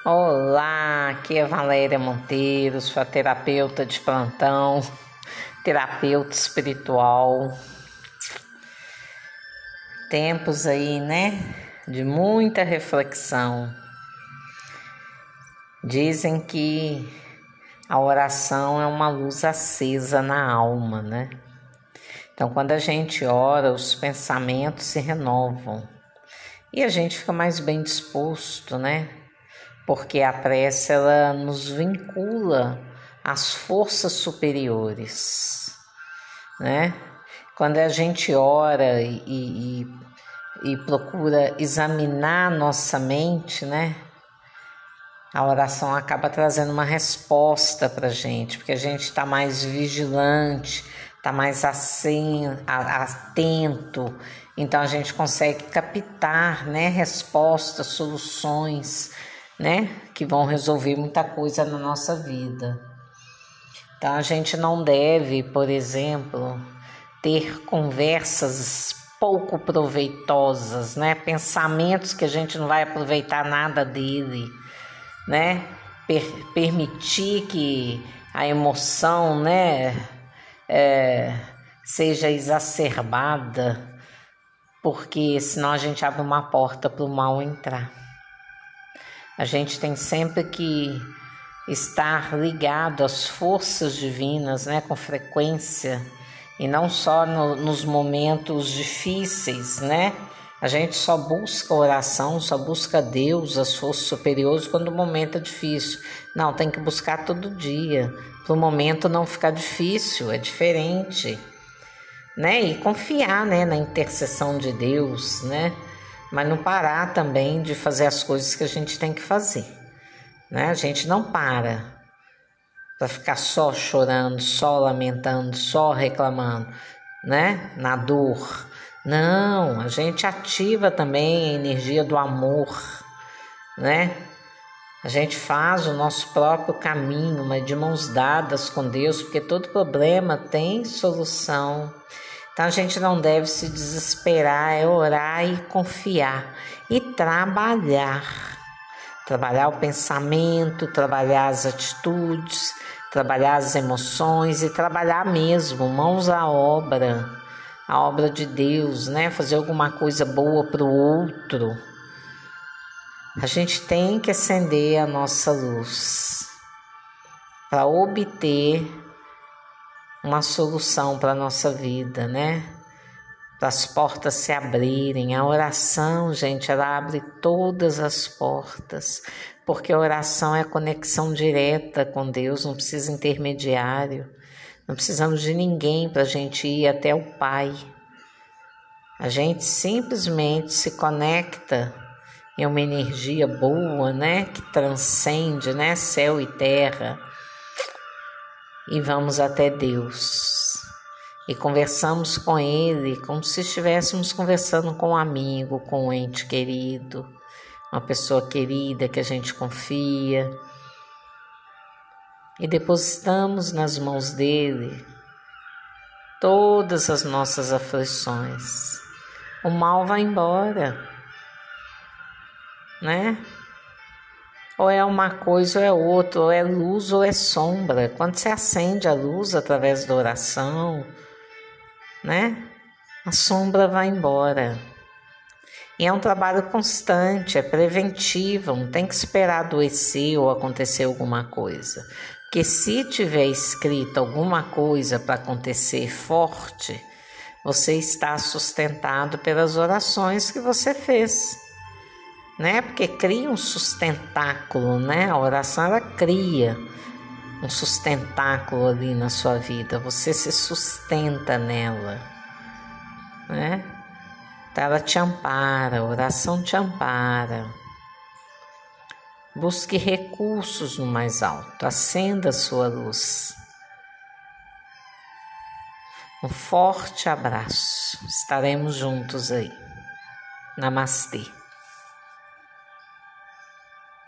Olá, aqui é Valéria Monteiro, sua terapeuta de plantão, terapeuta espiritual. Tempos aí, né, de muita reflexão. Dizem que a oração é uma luz acesa na alma, né? Então, quando a gente ora, os pensamentos se renovam e a gente fica mais bem disposto, né? Porque a prece, ela nos vincula às forças superiores, né? Quando a gente ora e procura examinar nossa mente, né? A oração acaba trazendo uma resposta para a gente, porque a gente está mais vigilante, está mais atento, então a gente consegue captar, né, respostas, soluções, né, que vão resolver muita coisa na nossa vida. Então a gente não deve, por exemplo, ter conversas pouco proveitosas, né, pensamentos que a gente não vai aproveitar nada dele, né, permitir que a emoção, né, seja exacerbada, porque senão a gente abre uma porta para o mal entrar. A gente tem sempre que estar ligado às forças divinas, né, com frequência, e não só nos momentos difíceis, né? A gente só busca oração, só busca Deus, as forças superiores, quando o momento é difícil. Não, tem que buscar todo dia, para o momento não ficar difícil, é diferente, né? E confiar, né, na intercessão de Deus, né? Mas não parar também de fazer as coisas que a gente tem que fazer, né? A gente não para ficar só chorando, só lamentando, só reclamando, né? Na dor. Não, a gente ativa também a energia do amor, né? A gente faz o nosso próprio caminho, mas de mãos dadas com Deus, porque todo problema tem solução. Então a gente não deve se desesperar, é orar e confiar e trabalhar o pensamento, trabalhar as atitudes, trabalhar as emoções e trabalhar mesmo, mãos à obra, a obra de Deus, né? Fazer alguma coisa boa para o outro. A gente tem que acender a nossa luz para obter uma solução para a nossa vida, né? Para as portas se abrirem. A oração, gente, ela abre todas as portas, porque a oração é a conexão direta com Deus, não precisa intermediário, não precisamos de ninguém para a gente ir até o Pai. A gente simplesmente se conecta em uma energia boa, né, que transcende, né, céu e terra, e vamos até Deus. E conversamos com Ele como se estivéssemos conversando com um amigo, com um ente querido, uma pessoa querida que a gente confia. E depositamos nas mãos dele todas as nossas aflições. O mal vai embora, né? Ou é uma coisa ou é outra, ou é luz ou é sombra. Quando você acende a luz através da oração, né? A sombra vai embora. E é um trabalho constante, é preventivo, não tem que esperar adoecer ou acontecer alguma coisa. Porque se tiver escrito alguma coisa para acontecer forte, você está sustentado pelas orações que você fez, né? Porque cria um sustentáculo, né? A oração, ela cria um sustentáculo ali na sua vida, você se sustenta nela, né? Então ela te ampara, a oração te ampara. Busque recursos no mais alto, acenda a sua luz. Um forte abraço, estaremos juntos aí. Namastê.